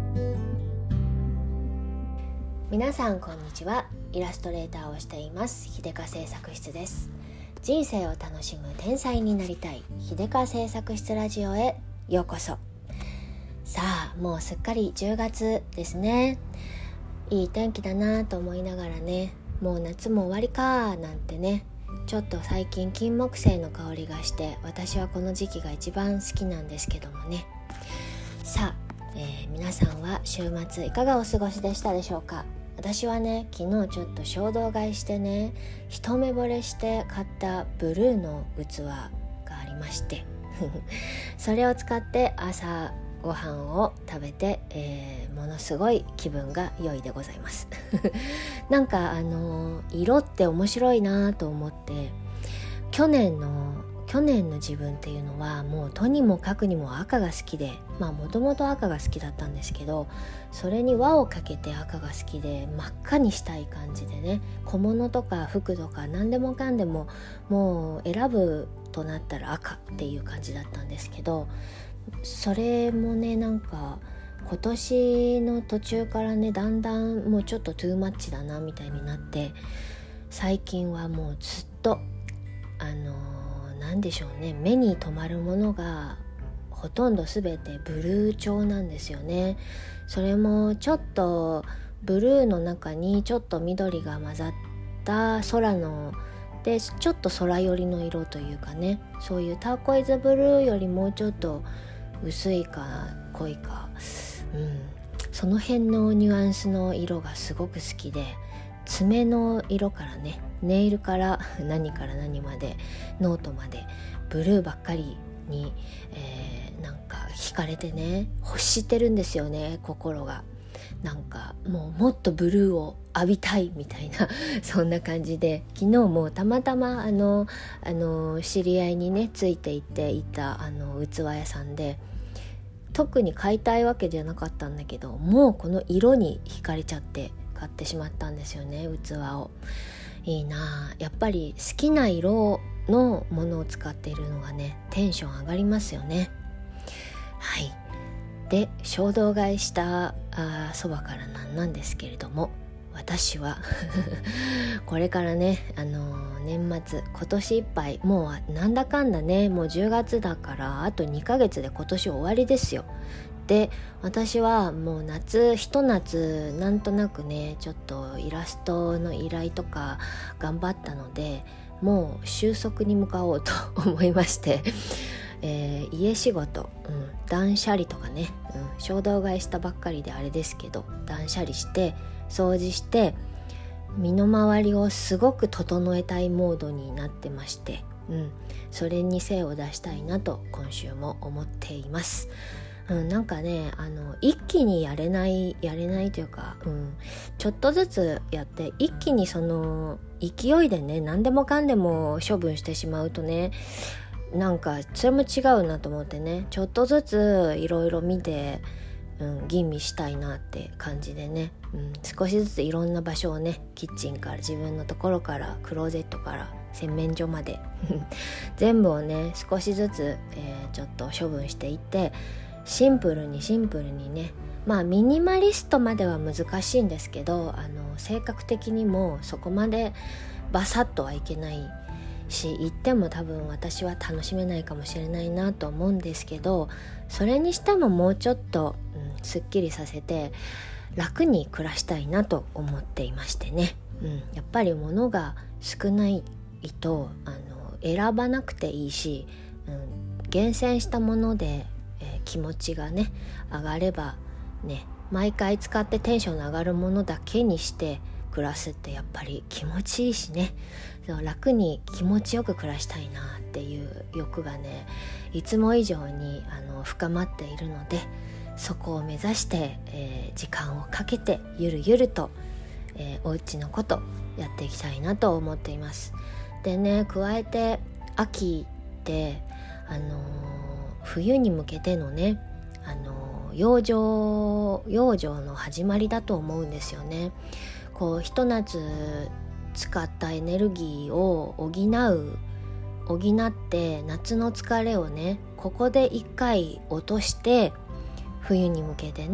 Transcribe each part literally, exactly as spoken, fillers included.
皆さんこんにちは。イラストレーターをしています秀香製作室です。人生を楽しむ天才になりたい秀香製作室ラジオへようこそ。さあもうすっかりじゅうがつですね。いい天気だなと思いながらね、もう夏も終わりかなんてね、ちょっと最近金木犀の香りがして私はこの時期が一番好きなんですけどもね。さあ、えー、皆さんは週末いかがお過ごしでしたでしょうか。私はね、昨日ちょっと衝動買いしてね、一目惚れして買ったブルーの器がありましてそれを使って朝ご飯を食べて、えー、ものすごい気分が良いでございますなんかあの色って面白いなと思って、去年の去年の自分っていうのはもうとにもかくにも赤が好きで、まあもともと赤が好きだったんですけど、それに輪をかけて赤が好きで真っ赤にしたい感じでね、小物とか服とか何でもかんでももう選ぶとなったら赤っていう感じだったんですけど、それもねなんか今年の途中からねだんだんもうちょっとトゥーマッチだなみたいになって、最近はもうずっとあのなんでしょうね、目に留まるものがほとんどすべてブルー調なんですよね。それもちょっとブルーの中にちょっと緑が混ざった空のでちょっと空寄りの色というかね、そういうターコイズブルーよりもうちょっと薄いか濃いか、うん、その辺のニュアンスの色がすごく好きで、爪の色からね、ネイルから何から何までノートまでブルーばっかりに、えー、なんか惹かれてね、欲してるんですよね、心が。なんかもうもっとブルーを浴びたいみたいなそんな感じで、昨日もたまたまあのあの知り合いにねついていっていたあの器屋さんで、特に買いたいわけじゃなかったんだけど、もうこの色に惹かれちゃって買ってしまったんですよね、器を。いいな、やっぱり好きな色のものを使っているのがねテンション上がりますよね。はい。で衝動買いしたあそばからなんなんですけれども、私はこれからね、あのー、年末今年いっぱいもうなんだかんだね、もうじゅうがつだからあとにかげつで今年終わりですよ。で私はもう夏ひと夏なんとなくねちょっとイラストの依頼とか頑張ったので、もう収束に向かおうと思いましてえー、家仕事、うん、断捨離とかね、うん、衝動買いしたばっかりであれですけど、断捨離して掃除して身の回りをすごく整えたいモードになってまして、うん、それに精を出したいなと今週も思っています。うん、なんかねあの一気にやれないやれないというか、うん、ちょっとずつやって一気にその勢いでね何でもかんでも処分してしまうとね、なんかそれも違うなと思ってね、ちょっとずついろいろ見て、うん、吟味したいなって感じでね、うん、少しずついろんな場所をね、キッチンから自分のところからクローゼットから洗面所まで全部をね少しずつ、えー、ちょっと処分していって、シンプルにシンプルにね、まあミニマリストまでは難しいんですけど、あの性格的にもそこまでバサッとはいけないし、言っても多分私は楽しめないかもしれないなと思うんですけど、それにしてももうちょっと、うん、すっきりさせて楽に暮らしたいなと思っていましてね、うん、やっぱり物が少ないとあの選ばなくていいし、うん、厳選したもので、えー、気持ちがね上がればね、毎回使ってテンションの上がるものだけにして暮らすってやっぱり気持ちいいしね、そう楽に気持ちよく暮らしたいなっていう欲がねいつも以上にあの深まっているので、そこを目指して、えー、時間をかけてゆるゆると、えー、お家のことやっていきたいなと思っています。でね、加えて秋ってあのー、冬に向けてのねあのー、養生養生の始まりだと思うんですよね。こうひと夏使ったエネルギーを補う補って夏の疲れをねここで一回落として冬に向けてね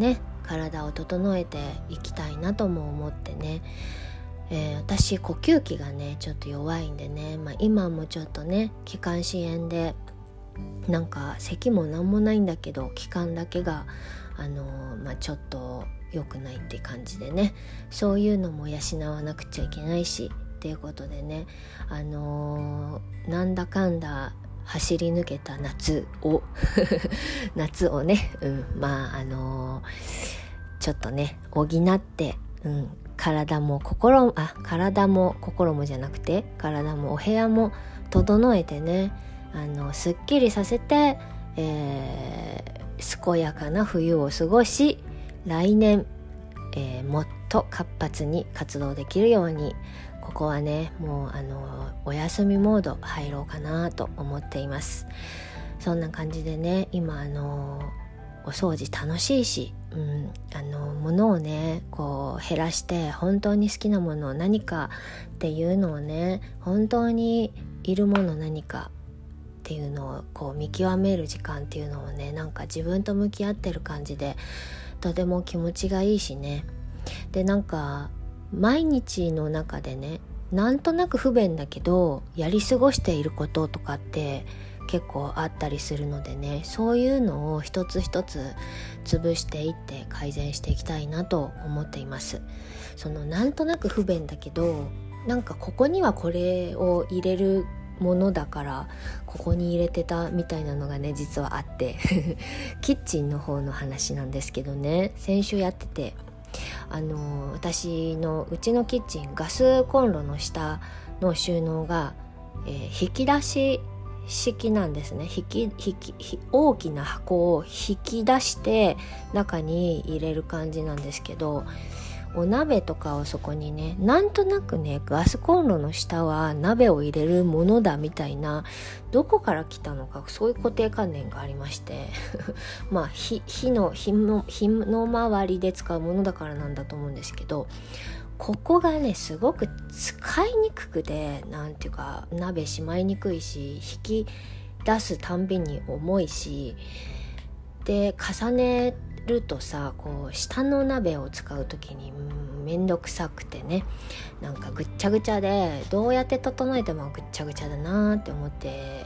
体を整えていきたいなとも思ってね、えー、私呼吸器がねちょっと弱いんでね、まあ、今もちょっとね気管支炎でなんか咳もなんもないんだけど気管だけがあのーまあ、ちょっと良くないって感じでね、そういうのも養わなくちゃいけないしっていうことでね、あのー、なんだかんだ走り抜けた夏を夏をね、うん、まああのー、ちょっとね補って、うん、体も心あ体も心もじゃなくて体もお部屋も整えてね、あのすっきりさせて、えー、健やかな冬を過ごし、来年、えー、もっと活発に活動できるように、ここはねもうあのお休みモード入ろうかなと思っています。そんな感じでね、今あのお掃除楽しいし、うん、あの物をねこう減らして本当に好きなものを何かっていうのをね、本当にいるもの何かっていうのをこう見極める時間っていうのをね、なんか自分と向き合ってる感じでとても気持ちがいいしね。でなんか毎日の中でね、なんとなく不便だけどやり過ごしていることとかって結構あったりするのでね、そういうのを一つ一つ潰していって改善していきたいなと思っています。そのなんとなく不便だけど、なんかここにはこれを入れるものだからここに入れてたみたいなのがね実はあってキッチンの方の話なんですけどね、先週やってて、あの私のうちのキッチンガスコンロの下の収納が、えー、引き出し式なんですね。引き引き大きな箱を引き出して中に入れる感じなんですけど、お鍋とかをそこにね、なんとなくねガスコンロの下は鍋を入れるものだみたいな、どこから来たのかそういう固定観念がありましてまあ火, 火の火の火の周りで使うものだからなんだと思うんですけど、ここがねすごく使いにくくて、なんていうか鍋しまいにくいし、引き出すたんびに重いし、で重ねるとさ、こう下の鍋を使う時にめんどくさくてね、なんかぐっちゃぐちゃでどうやって整えてもぐっちゃぐちゃだなって思って、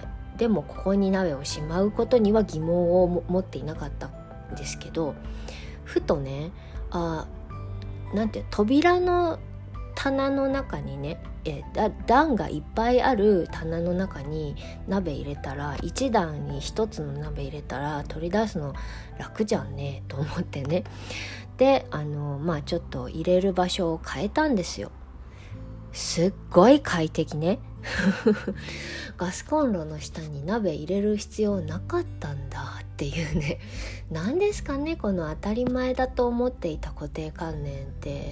でもここに鍋をしまうことには疑問を持っていなかったんですけど、ふとね、あなんて扉の棚の中にね、えだ段がいっぱいある棚の中に鍋入れたら、一段に一つの鍋入れたら取り出すの楽じゃんねと思ってね。であのまあちょっと入れる場所を変えたんですよ。すっごい快適ねガスコンロの下に鍋入れる必要なかったんだっていうね、何ですかねこの当たり前だと思っていた固定観念って、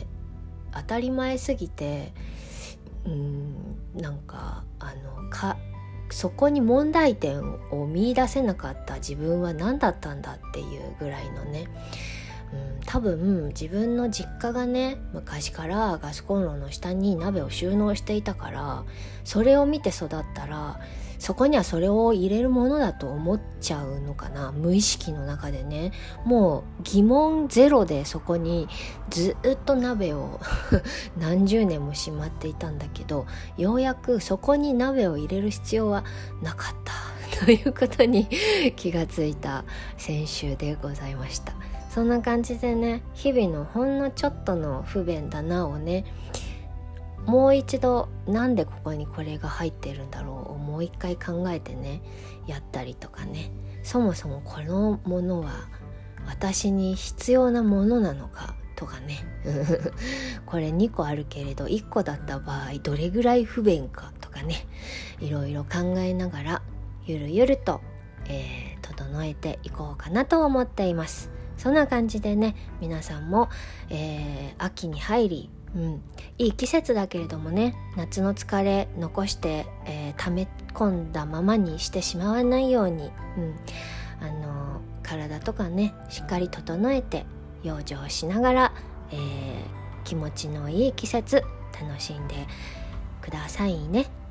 当たり前すぎて、うーんなんかあのかそこに問題点を見出せなかった自分は何だったんだっていうぐらいのね、うん、多分自分の実家がね昔からガスコンロの下に鍋を収納していたから、それを見て育ったらそこにはそれを入れるものだと思っちゃうのかな、無意識の中でね。もう疑問ゼロでそこにずっと鍋を何十年もしまっていたんだけど、ようやくそこに鍋を入れる必要はなかったということに気がついた先週でございました。そんな感じでね、日々のほんのちょっとの不便だなをね、もう一度なんでここにこれが入ってるんだろうをもう一回考えてねやったりとかね、そもそもこのものは私に必要なものなのかとかねこれにこあるけれどいっこだった場合どれぐらい不便かとかね、いろいろ考えながらゆるゆると、えー、整えていこうかなと思っています。そんな感じでね、皆さんも、えー、秋に入り、うん、いい季節だけれどもね、夏の疲れ残して、えー、溜め込んだままにしてしまわないように、うん、あの体とかねしっかり整えて養生しながら、えー、気持ちのいい季節楽しんでくださいね。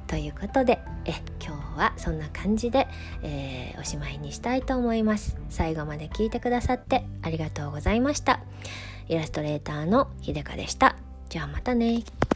ということでえ今日はそんな感じで、えー、おしまいにしたいと思います。最後まで聞いてくださってありがとうございました。イラストレーターのひでかでした。じゃあまたね。